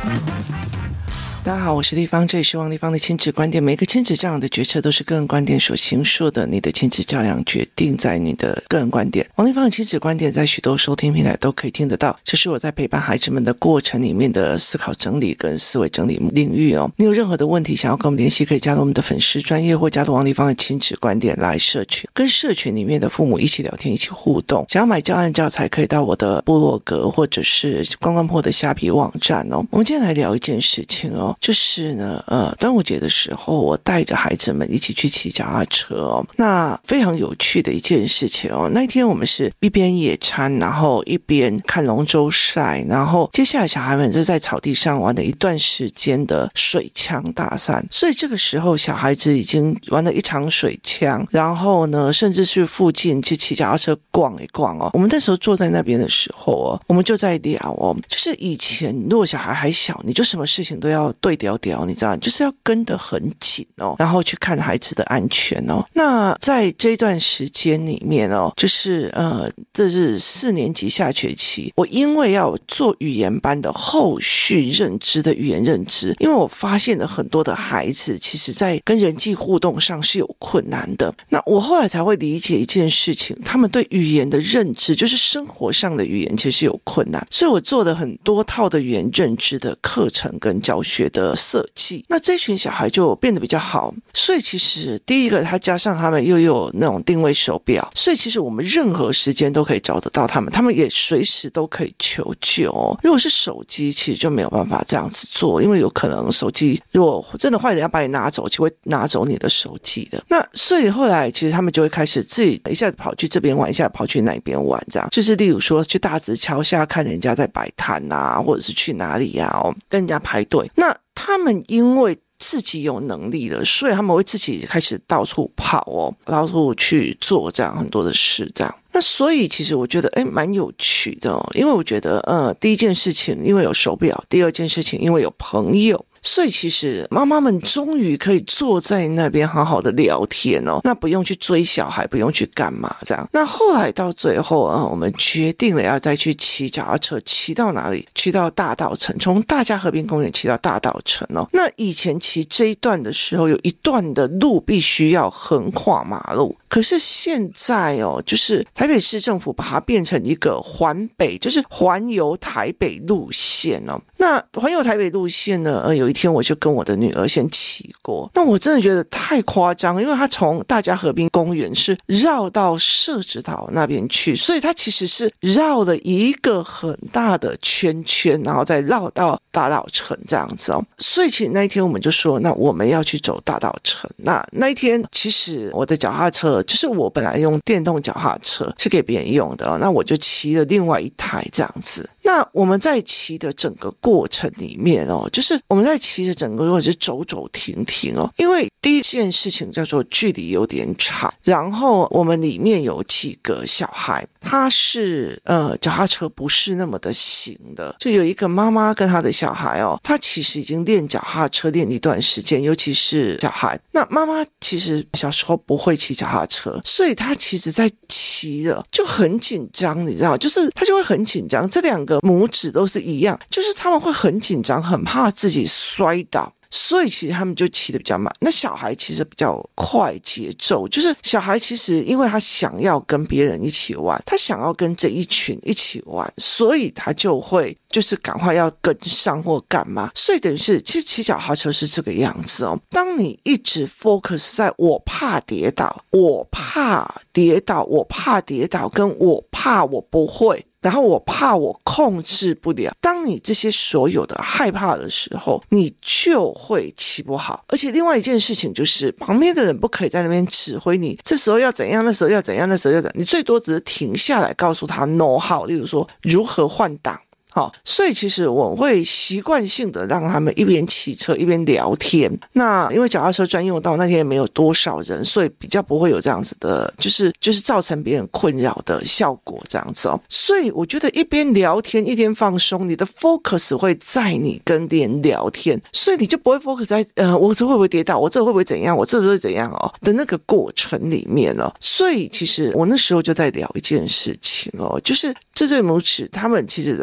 大家好，我是丽芳，这里是王丽芳的亲子观点。每个亲子教养的决策都是个人观点所形塑的，你的亲子教养决定在你的个人观点。王丽芳的亲子观点在许多收听平台都可以听得到，这是我在陪伴孩子们的过程里面的思考整理跟思维整理领域哦。你有任何的问题想要跟我们联系，可以加入我们的粉丝专页或加入王丽芳的亲子观点来社群，跟社群里面的父母一起聊天，一起互动。想要买教案教材，可以到我的部落格或者是关关破的虾皮网站哦。我们今天来聊一件事情哦。就是呢，端午节的时候，我带着孩子们一起去骑脚踏车哦。那非常有趣的一件事情哦。那一天我们是一边野餐，然后一边看龙舟赛，然后接下来小孩们就在草地上玩了一段时间的水枪大赛。所以这个时候，小孩子已经玩了一场水枪，然后呢，甚至去附近去骑脚踏车逛一逛哦。我们那时候坐在那边的时候哦，我们就在聊哦，就是以前如果小孩还小，你就什么事情都要对调。你知道，就是要跟得很紧哦，然后去看孩子的安全哦。那在这一段时间里面哦，就是这是4年级下学期，我因为要做语言班的后续认知的语言认知，因为我发现了很多的孩子其实在跟人际互动上是有困难的。那我后来才会理解一件事情，他们对语言的认知，就是生活上的语言其实有困难，所以我做了很多套的语言认知的课程跟教学的设计，那这群小孩就变得比较好。所以其实第一个，他加上他们又有那种定位手表，所以其实我们任何时间都可以找得到他们，他们也随时都可以求救。如果是手机，其实就没有办法这样子做，因为有可能手机如果真的坏人要把你拿走，就会拿走你的手机的。那所以后来其实他们就会开始自己一下子跑去这边玩，一下子跑去那边玩，这样就是例如说去大直桥下看人家在摆摊啊，或者是去哪里啊跟人家排队。那他们因为自己有能力了，所以他们会自己开始到处跑哦，到处去做这样很多的事这样。那所以其实我觉得蛮有趣的哦，因为我觉得第一件事情因为有手表，第二件事情因为有朋友，所以其实妈妈们终于可以坐在那边好好的聊天哦，那不用去追小孩，不用去干嘛这样。那后来到最后我们决定了要再去骑脚踏车，骑到哪里？骑到大稻埕，从大家河滨公园骑到大稻埕哦。那以前骑这一段的时候，有一段的路必须要横跨马路，可是现在哦，就是台北市政府把它变成一个环北，就是环游台北路线哦。那环游台北路线呢，有一天我就跟我的女儿先骑过，那我真的觉得太夸张，因为她从大家河滨公园是绕到社子岛那边去，所以她其实是绕了一个很大的圈圈，然后再绕到大稻埕这样子哦。所以其实那一天我们就说，那我们要去走大稻埕。那一天其实我的脚踏车，就是我本来用电动脚踏车是给别人用的那我就骑了另外一台这样子。那我们在骑的整个过程里面就是我们在骑的整个过程是走走停停因为第一件事情叫做距离有点长，然后我们里面有几个小孩，他是脚踏车不是那么的行的，就有一个妈妈跟他的小孩他其实已经练脚踏车练一段时间，尤其是小孩。那妈妈其实小时候不会骑脚踏车，所以他其实在骑的就很紧张，你知道，就是他就会很紧张，这两个拇指都是一样，就是他们会很紧张，很怕自己摔倒，所以其实他们就骑得比较慢。那小孩其实比较快节奏，就是小孩其实因为他想要跟别人一起玩，他想要跟这一群一起玩，所以他就会就是赶快要跟上或干嘛。所以等于是其实骑脚踏车是这个样子当你一直 focus 在我怕跌倒，我怕跌倒，我怕跌倒，跟我怕我不会，然后我怕我控制不了，当你这些所有的害怕的时候，你就会骑不好。而且另外一件事情就是旁边的人不可以在那边指挥你这时候要怎样，那时候要怎样，那时候要怎样，你最多只是停下来告诉他 know how， 例如说如何换挡。所以其实我会习惯性的让他们一边骑车一边聊天。那因为脚踏车专用道那天也没有多少人，所以比较不会有这样子的就是造成别人困扰的效果这样子所以我觉得一边聊天一边放松，你的 focus 会在你跟别人聊天，所以你就不会 focus 在我这会不会跌倒，我这会不会怎样，我这会怎样的那个过程里面所以其实我那时候就在聊一件事情就是这对母子他们其实还有爸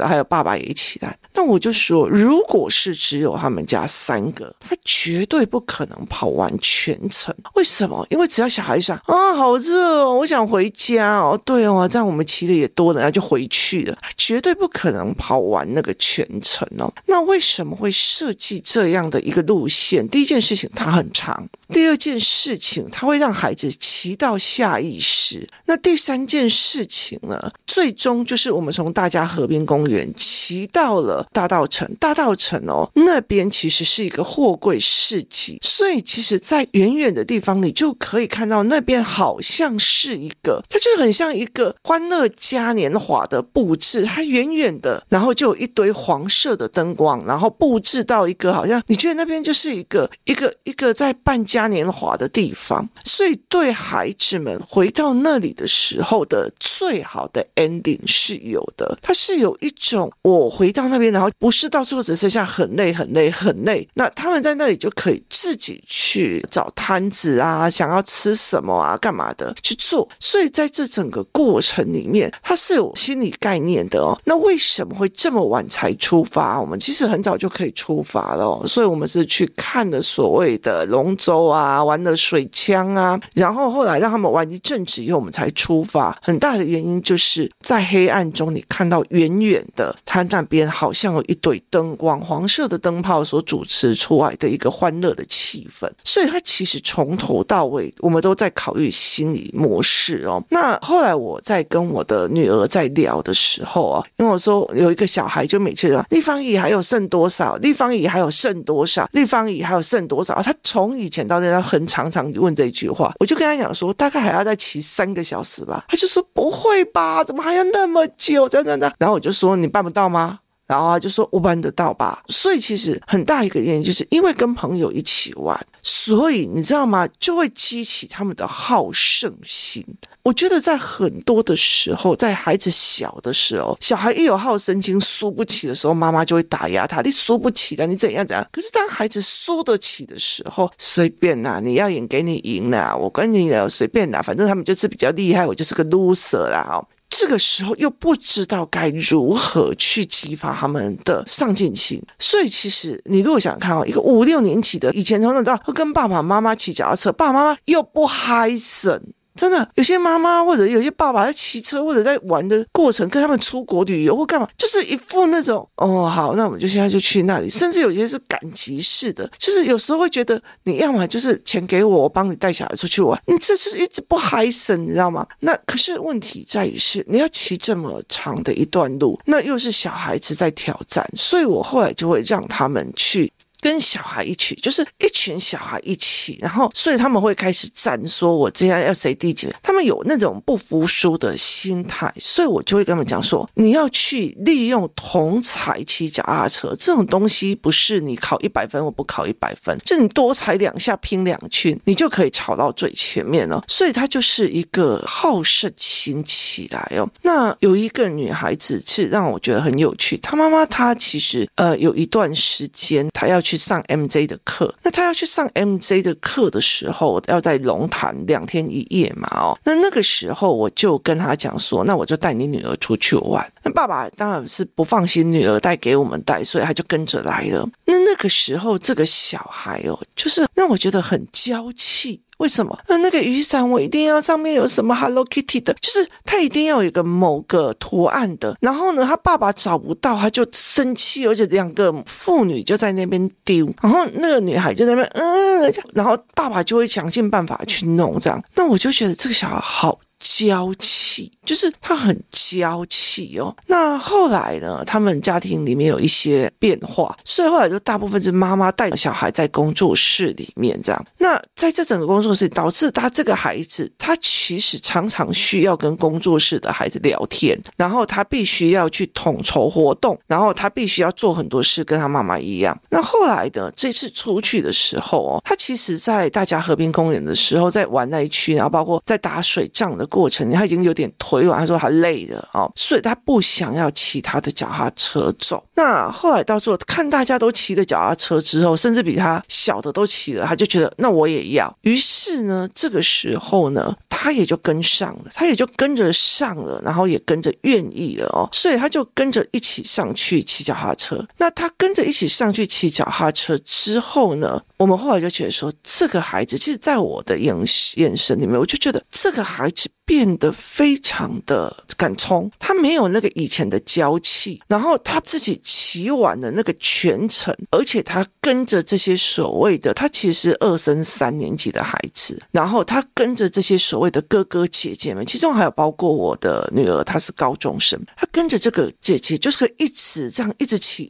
爸爸也一起来。那我就说，如果是只有他们家3个，他绝对不可能跑完全程。为什么？因为只要小孩想啊，好热哦，我想回家哦，对哦，这样我们骑的也多了，然后就回去了，他绝对不可能跑完那个全程哦。那为什么会设计这样的一个路线？第一件事情，它很长；第二件事情，它会让孩子骑到下意识；那第三件事情呢，最终就是我们从大家河滨公园骑到了大稻埕。大稻埕哦，那边其实是一个货柜市集，所以其实在远远的地方，你就可以看到那边好像是一个，它就很像一个欢乐嘉年华的布置，它远远的，然后就有一堆黄色的灯光，然后布置到一个好像你觉得那边就是一个在办嘉年华的地方。所以对孩子们回到那里的时候的最好的 ending 是有的，它是有一种我回到那边，然后不是到最后只剩下很累，那他们在那里就可以自己去找摊子啊，想要吃什么啊，干嘛的去做。所以在这整个过程里面，它是有心理概念的哦。那为什么会这么晚才出发？我们其实很早就可以出发了哦，所以我们是去看了所谓的龙舟啊，玩了水枪啊，然后后来让他们玩一阵子以后，我们才出发。很大的原因就是在黑暗中，你看到远远的，它那边好像有一堆灯光，黄色的灯泡所主持出来的一个欢乐的气氛。所以它其实从头到尾，我们都在考虑心理模式哦。那后来我在跟我的女儿在聊的时候啊，因为我说有一个小孩就每次说立方体还有剩多少，立方体还有剩多少，立方体还有剩多少，他从以前到现在很常问这一句话。我就跟他讲说大概还要再骑3个小时吧，他就说不会吧，怎么还要那么久，这样。然后我就说你办不到吗？然后他就说我办得到吧。所以其实很大一个原因就是因为跟朋友一起玩，所以你知道吗，就会激起他们的好胜心。我觉得在很多的时候，在孩子小的时候，小孩一有好胜心输不起的时候，妈妈就会打压他，你输不起的，你怎样。可是当孩子输得起的时候，随便啦，你要赢给你赢啦，我跟你随便啦，反正他们就是比较厉害，我就是个 loser 啦哦。这个时候又不知道该如何去激发他们的上进心。所以其实你如果想看一个5、6年级的，以前从小到会跟爸爸妈妈骑脚踏车，爸爸妈妈又不嗨森。真的，有些妈妈或者有些爸爸在骑车或者在玩的过程，跟他们出国旅游或干嘛，就是一副那种哦好，那我们就现在就去那里，甚至有些是赶集式的，就是有时候会觉得你要么就是钱给我，我帮你带小孩出去玩，你这是一直不嗨森，你知道吗？那可是问题在于是你要骑这么长的一段路，那又是小孩子在挑战，所以我后来就会让他们去跟小孩一起，就是一群小孩一起，然后所以他们会开始战，说我这样要谁第几，他们有那种不服输的心态，所以我就会跟他们讲说，你要去利用同才骑脚踏车这种东西，不是你考100分或不考100分，就你多踩2下拼2圈，你就可以跑到最前面了。所以它就是一个好胜心起来哦。那有一个女孩子是让我觉得很有趣，她妈妈她其实有一段时间她要去上 MJ 的课，那她要去上 MJ 的课的时候，要在龙潭2天1夜嘛哦。那个时候我就跟她讲说，那我就带你女儿出去玩。那爸爸当然是不放心女儿带给我们带，所以他就跟着来了。那个时候这个小孩哦，就是让我觉得很娇气。为什么？那个雨伞我一定要上面有什么 Hello Kitty 的，就是他一定要有一个某个图案的。然后呢，他爸爸找不到，他就生气，而且2个妇女就在那边丢，然后那个女孩就在那边然后爸爸就会想尽办法去弄这样。那我就觉得这个小孩好娇气，就是他很娇气哦。那后来呢，他们家庭里面有一些变化，所以后来就大部分是妈妈带小孩在工作室里面这样。那在这整个工作室导致他这个孩子，他其实常常需要跟工作室的孩子聊天，然后他必须要去统筹活动，然后他必须要做很多事跟他妈妈一样。那后来呢，这次出去的时候哦，他其实在大家河滨公园的时候在玩那一区，然后包括在打水仗的过程，他已经有点腿软，他说他累了所以他不想要骑他的脚踏车走。那后来到最后看大家都骑了脚踏车之后，甚至比他小的都骑了，他就觉得那我也要。于是呢，这个时候呢，他也就跟上了，他也就跟着上了，然后也跟着愿意了所以他就跟着一起上去骑脚踏车。那他跟着一起上去骑脚踏车之后呢，我们后来就觉得说，这个孩子其实在我的眼神里面，我就觉得这个孩子变得非常的敢冲，他没有那个以前的娇气，然后他自己骑完了那个全程，而且他跟着这些所谓的，他其实2升3年级的孩子，然后他跟着这些所谓的哥哥姐姐们，其中还有包括我的女儿，她是高中生，他跟着这个姐姐就是可以一直这样一直骑，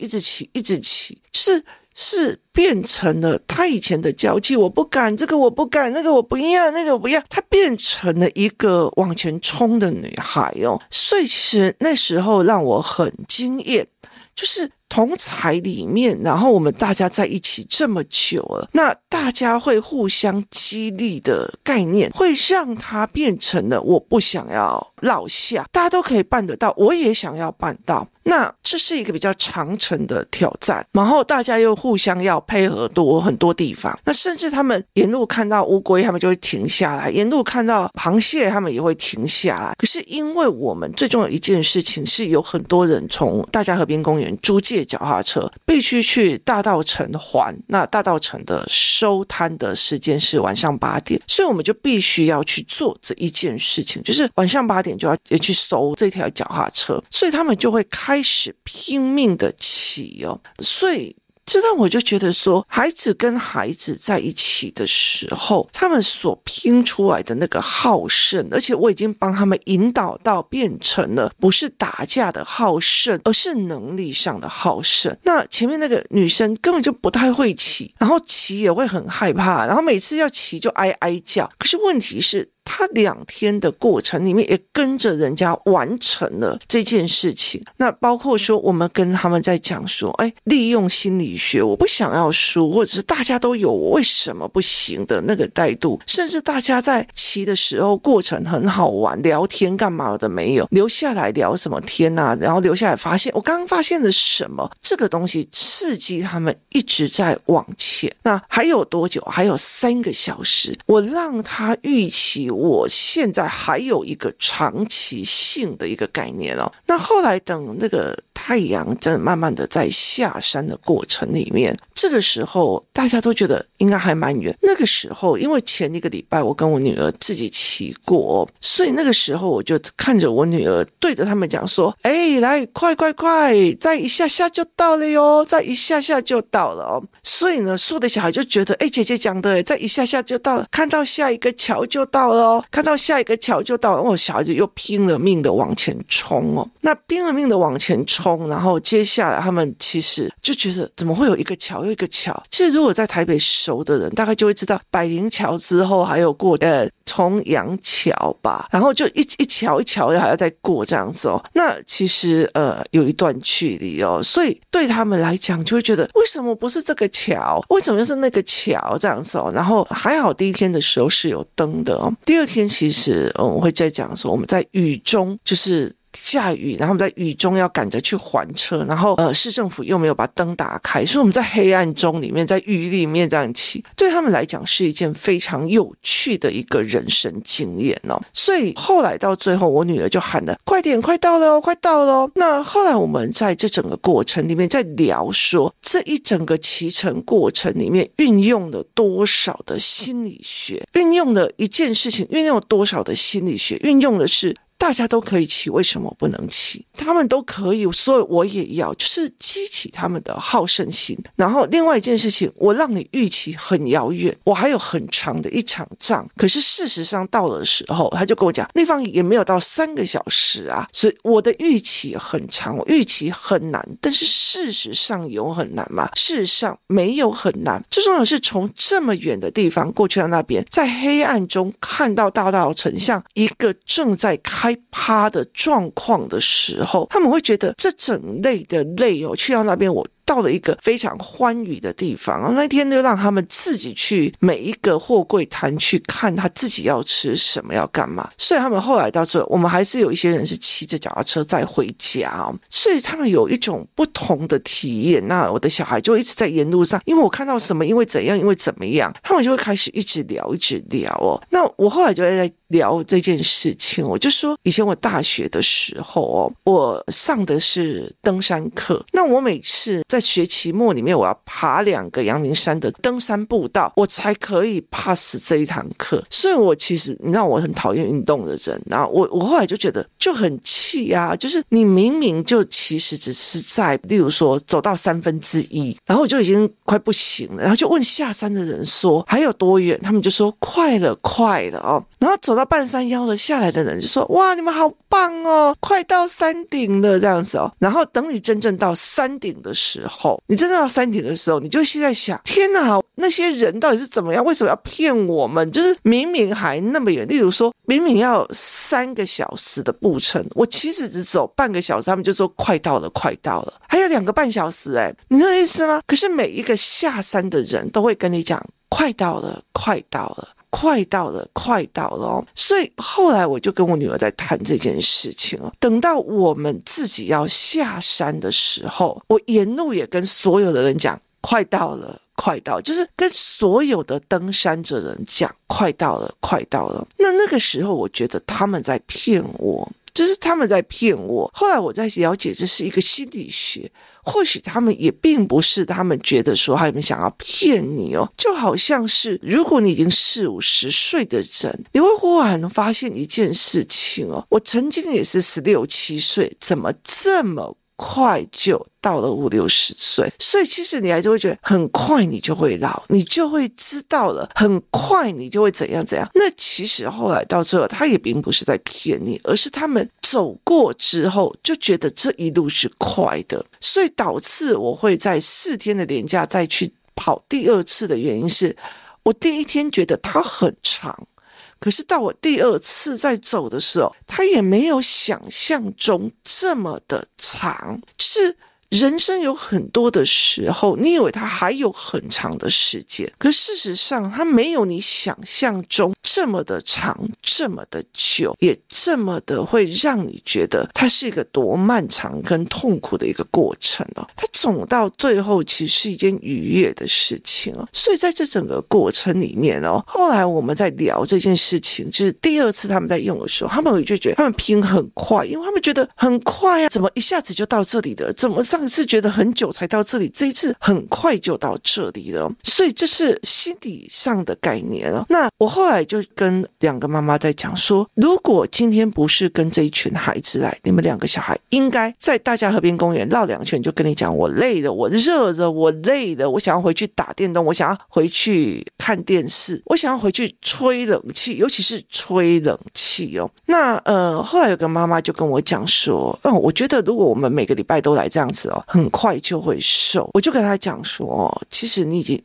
就是变成了他以前的娇气，我不敢，这个我不敢，那个我不要，那个我不要，他变成了一个往前冲的女孩所以其实那时候让我很惊艳，就是同侪里面，然后我们大家在一起这么久了，那大家会互相激励的概念，会让它变成了我不想要落下，大家都可以办得到，我也想要办到。那这是一个比较长程的挑战，然后大家又互相要配合很多地方，那甚至他们沿路看到乌龟他们就会停下来，沿路看到螃蟹他们也会停下来。可是因为我们最重要的一件事情是有很多人从大家河边公园租借脚踏车必须去大稻埕还，那大稻埕的收摊的时间是晚上8点，所以我们就必须要去做这一件事情，就是晚上8点就要去收这条脚踏车，所以他们就会开始拼命的骑所以这让我就觉得说，孩子跟孩子在一起的时候，他们所拼出来的那个好胜，而且我已经帮他们引导到变成了不是打架的好胜，而是能力上的好胜。那前面那个女生根本就不太会骑，然后骑也会很害怕，然后每次要骑就哀哀叫。可是问题是他2天的过程里面也跟着人家完成了这件事情。那包括说我们跟他们在讲说，利用心理学，我不想要输，或者是大家都有我为什么不行的那个态度，甚至大家在骑的时候过程很好玩，聊天干嘛的没有，留下来聊什么天啊，然后留下来发现我刚刚发现了什么，这个东西刺激他们一直在往前。那还有多久？还有3个小时，我让他预期我现在还有一个长期性的一个概念那后来等那个太阳真的慢慢的在下山的过程里面，这个时候大家都觉得应该还蛮远。那个时候因为前1个礼拜我跟我女儿自己骑过所以那个时候我就看着我女儿对着他们讲说，来快快快，再一下下就到了哟，再一下下就到了所以呢，所有的小孩就觉得姐姐讲的再一下下就到了，看到下一个桥就到了看到下一个桥就到了小孩子又拼了命的往前冲那拼了命的往前冲，然后接下来他们其实就觉得怎么会有一个桥又一个桥。其实如果在台北熟的人大概就会知道，百灵桥之后还有过重阳桥吧，然后就一桥一桥还要再过这样子那其实有一段距离所以对他们来讲就会觉得为什么不是这个桥，为什么又是那个桥这样子然后还好第1天的时候是有灯的第2天其实我会再讲说我们在雨中就是下雨，然后我们在雨中要赶着去还车，然后市政府又没有把灯打开，所以我们在黑暗中里面，在雨里面这样骑，对他们来讲是一件非常有趣的一个人生经验所以后来到最后我女儿就喊了快点，快到了快到了那后来我们在这整个过程里面在聊说，这一整个骑乘过程里面运用了多少的心理学，运用了一件事情，运用了多少的心理学，运用的是大家都可以骑，为什么不能骑？他们都可以，所以我也要，就是激起他们的好胜心。然后另外一件事情，我让你预期很遥远，我还有很长的一场仗，可是事实上到了的时候，他就跟我讲，那方也没有到3个小时啊，所以我的预期很长，我预期很难，但是事实上有很难吗？事实上没有很难，最重要的是从这么远的地方过去到那边，在黑暗中看到大稻埕像一个正在开趴的状况的时候，他们会觉得这整类的累去到那边我到了一个非常欢愉的地方。那天就让他们自己去每一个货柜摊去看他自己要吃什么要干嘛，所以他们后来到最后，我们还是有一些人是骑着脚踏车再回家所以他们有一种不同的体验。那我的小孩就一直在沿路上，因为我看到什么，因为怎样，因为怎么样，他们就会开始一直聊那我后来就在聊这件事情，我就说以前我大学的时候我上的是登山课，那我每次在学期末里面我要爬2个阳明山的登山步道，我才可以 pass 这一堂课。所以我其实你知道我很讨厌运动的人，然后我后来就觉得就很气啊，就是你明明就其实只是在例如说走到1/3，然后我就已经快不行了，然后就问下山的人说还有多远，他们就说快了然后走到半山腰的下来的人就说哇你们好棒哦，快到山顶了这样子然后等你真正到山顶的时候，你就现在想天哪，那些人到底是怎么样，为什么要骗我们，就是明明还那么远，例如说明明要3个小时的步程，我其实只走半个小时，他们就说快到了，还有2个半小时你知道意思吗？可是每一个下山的人都会跟你讲快到了所以后来我就跟我女儿在谈这件事情等到我们自己要下山的时候，我沿路也跟所有的人讲快到了，就是跟所有的登山者人讲快到了。那个时候我觉得他们在骗我，后来我在了解这是一个心理学，或许他们也并不是他们觉得说他们想要骗你就好像是如果你已经40-50岁的人，你会忽然发现一件事情我曾经也是16-17岁，怎么这么快就到了50-60岁，所以其实你还是会觉得很快你就会老，你就会知道了，很快你就会怎样。那其实后来到最后他也并不是在骗你，而是他们走过之后就觉得这一路是快的，所以导致我会在4天的连假再去跑第2次的原因是我第1天觉得它很长，可是到我第2次在走的时候，它也没有想象中这么的长，就是人生有很多的时候，你以为它还有很长的时间，可事实上它没有你想象中这么的长，这么的久，也这么的会让你觉得它是一个多漫长跟痛苦的一个过程它总到最后其实是一件愉悦的事情所以在这整个过程里面后来我们在聊这件事情，就是第2次他们在用的时候，他们就觉得他们拼很快，因为他们觉得很快怎么一下子就到这里了，怎么上一次觉得很久才到这里，这一次很快就到这里了，所以这是心理上的概念那我后来就跟2个妈妈在讲说，如果今天不是跟这一群孩子来，你们2个小孩应该在大家河边公园绕2圈，就跟你讲我累了，我热了，我累了，我想要回去打电动，我想要回去看电视，我想要回去吹冷气，尤其是吹冷气那后来有个妈妈就跟我讲说我觉得如果我们每个礼拜都来这样子很快就会瘦。我就跟她讲说其实你已经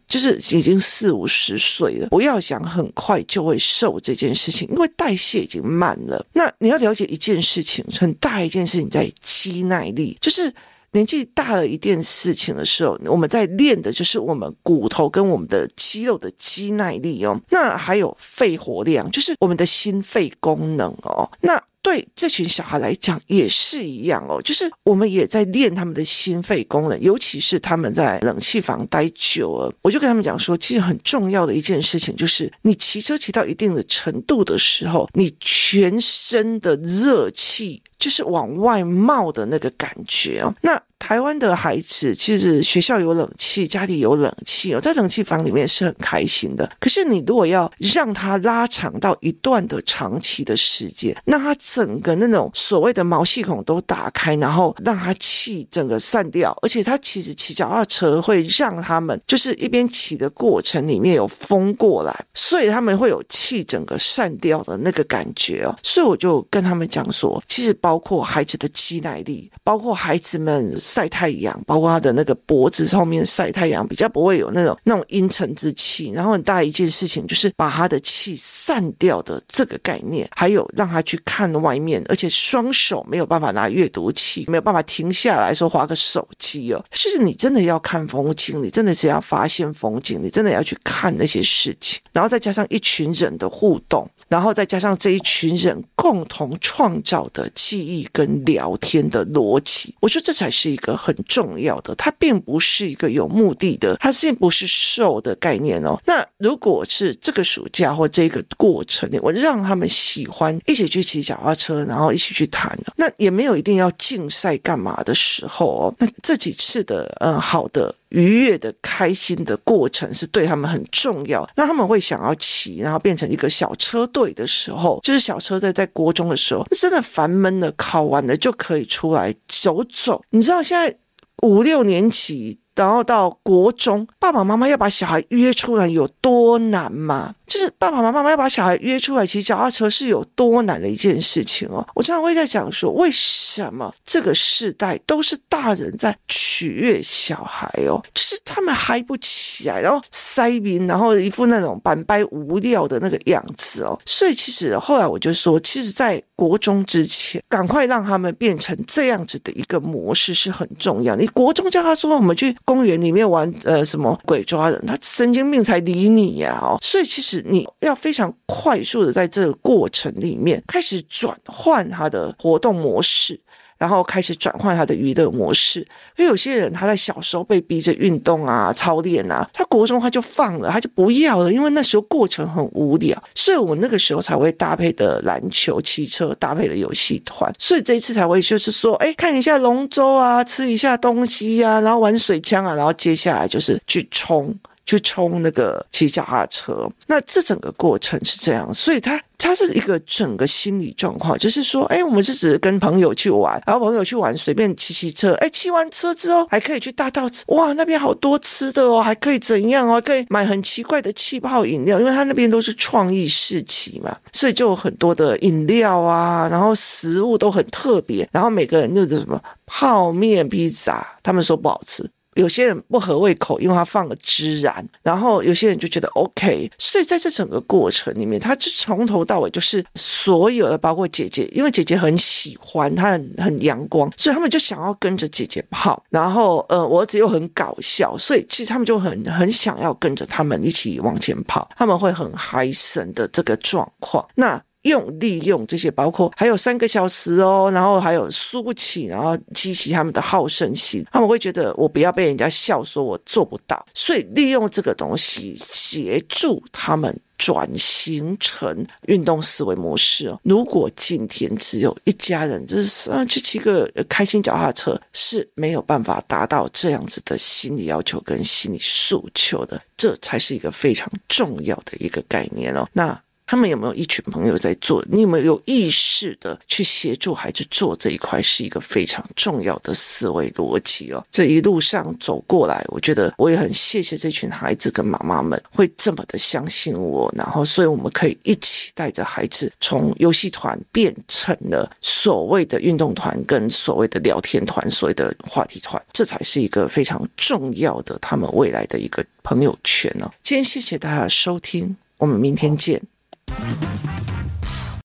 40-50岁了，不要想很快就会瘦这件事情，因为代谢已经慢了。那你要了解一件事情，很大一件事情在肌耐力，就是年纪大了一件事情的时候，我们在练的就是我们骨头跟我们的肌肉的肌耐力那还有肺活量，就是我们的心肺功能那对这群小孩来讲也是一样就是我们也在练他们的心肺功能，尤其是他们在冷气房待久了，我就跟他们讲说，其实很重要的一件事情就是你骑车骑到一定的程度的时候，你全身的热气就是往外冒的那个感觉那台湾的孩子其实学校有冷气，家里有冷气在冷气房里面是很开心的，可是你如果要让他拉长到一段的长期的时间，让他整个那种所谓的毛细孔都打开，然后让他气整个散掉，而且他其实骑脚踏车会让他们就是一边骑的过程里面有风过来，所以他们会有气整个散掉的那个感觉所以我就跟他们讲说，其实包括孩子的肌耐力，包括孩子们晒太阳，包括他的那个脖子后面晒太阳，比较不会有那种阴沉之气。然后很大一件事情就是把他的气散掉的这个概念，还有让他去看外面，而且双手没有办法拿阅读器，没有办法停下来说滑个手机哦。就是你真的要看风景，你真的是要发现风景，你真的要去看那些事情，然后再加上一群人的互动，然后再加上这一群人共同创造的记忆跟聊天的逻辑，我觉得这才是一个很重要的。它并不是一个有目的的，它并不是受的概念哦。那如果是这个暑假或这个过程里，我让他们喜欢一起去骑脚踏车，然后一起去谈的，那也没有一定要竞赛干嘛的时候哦。那这几次的好的愉悦的开心的过程是对他们很重要，那他们会想要骑，然后变成一个小车队的时候，就是小车队在国中的时候，真的烦闷的考完了就可以出来走走。你知道现在5、6年级然后到国中，爸爸妈妈要把小孩约出来有多难吗？就是爸爸妈妈要把小孩约出来骑脚踏车是有多难的一件事情哦。我常常会在讲说，为什么这个世代都是大人在取悦小孩哦，就是他们嗨不起来，然后塞宾，然后一副那种板掰无聊的那个样子哦。所以其实后来我就说，其实在国中之前，赶快让他们变成这样子的一个模式是很重要。你国中叫他说我们去公园里面玩什么鬼抓人，他神经病才理你呀哦。所以其实你要非常快速的在这个过程里面开始转换他的活动模式，然后开始转换他的娱乐模式。因为有些人他在小时候被逼着运动啊操练啊，他国中他就放了，他就不要了，因为那时候过程很无聊。所以我那个时候才会搭配的篮球骑车，搭配的游戏团。所以这一次才会就是说看一下龙舟啊，吃一下东西啊，然后玩水枪啊，然后接下来就是去冲那个骑脚踏车。那这整个过程是这样，所以它是一个整个心理状况，就是说我们是只是跟朋友去玩，然后朋友去玩随便骑车，骑完车之后还可以去大道吃，哇那边好多吃的哦，还可以怎样哦，还可以买很奇怪的气泡饮料，因为它那边都是创意市集嘛，所以就有很多的饮料啊，然后食物都很特别，然后每个人就是什么泡面披萨，他们说不好吃，有些人不合胃口，因为他放了孜然，然后有些人就觉得 OK。 所以在这整个过程里面，他就从头到尾就是所有的，包括姐姐，因为姐姐很喜欢，她很阳光，所以他们就想要跟着姐姐跑。然后我儿子又很搞笑，所以其实他们就很想要跟着他们一起往前跑，他们会很嗨神的这个状况。那利用这些，包括还有3个小时哦，然后还有抒情，然后激起他们的好胜心，他们会觉得我不要被人家笑说我做不到，所以利用这个东西协助他们转型成运动思维模式哦。如果今天只有一家人就是去骑个开心脚踏车，是没有办法达到这样子的心理要求跟心理诉求的，这才是一个非常重要的一个概念哦。那他们有没有一群朋友在做？你有没有意识的去协助孩子做这一块，是一个非常重要的思维逻辑哦。这一路上走过来，我觉得我也很谢谢这群孩子跟妈妈们会这么的相信我，然后所以我们可以一起带着孩子从游戏团变成了所谓的运动团跟所谓的聊天团，所谓的话题团，这才是一个非常重要的他们未来的一个朋友圈哦。今天谢谢大家的收听，我们明天见。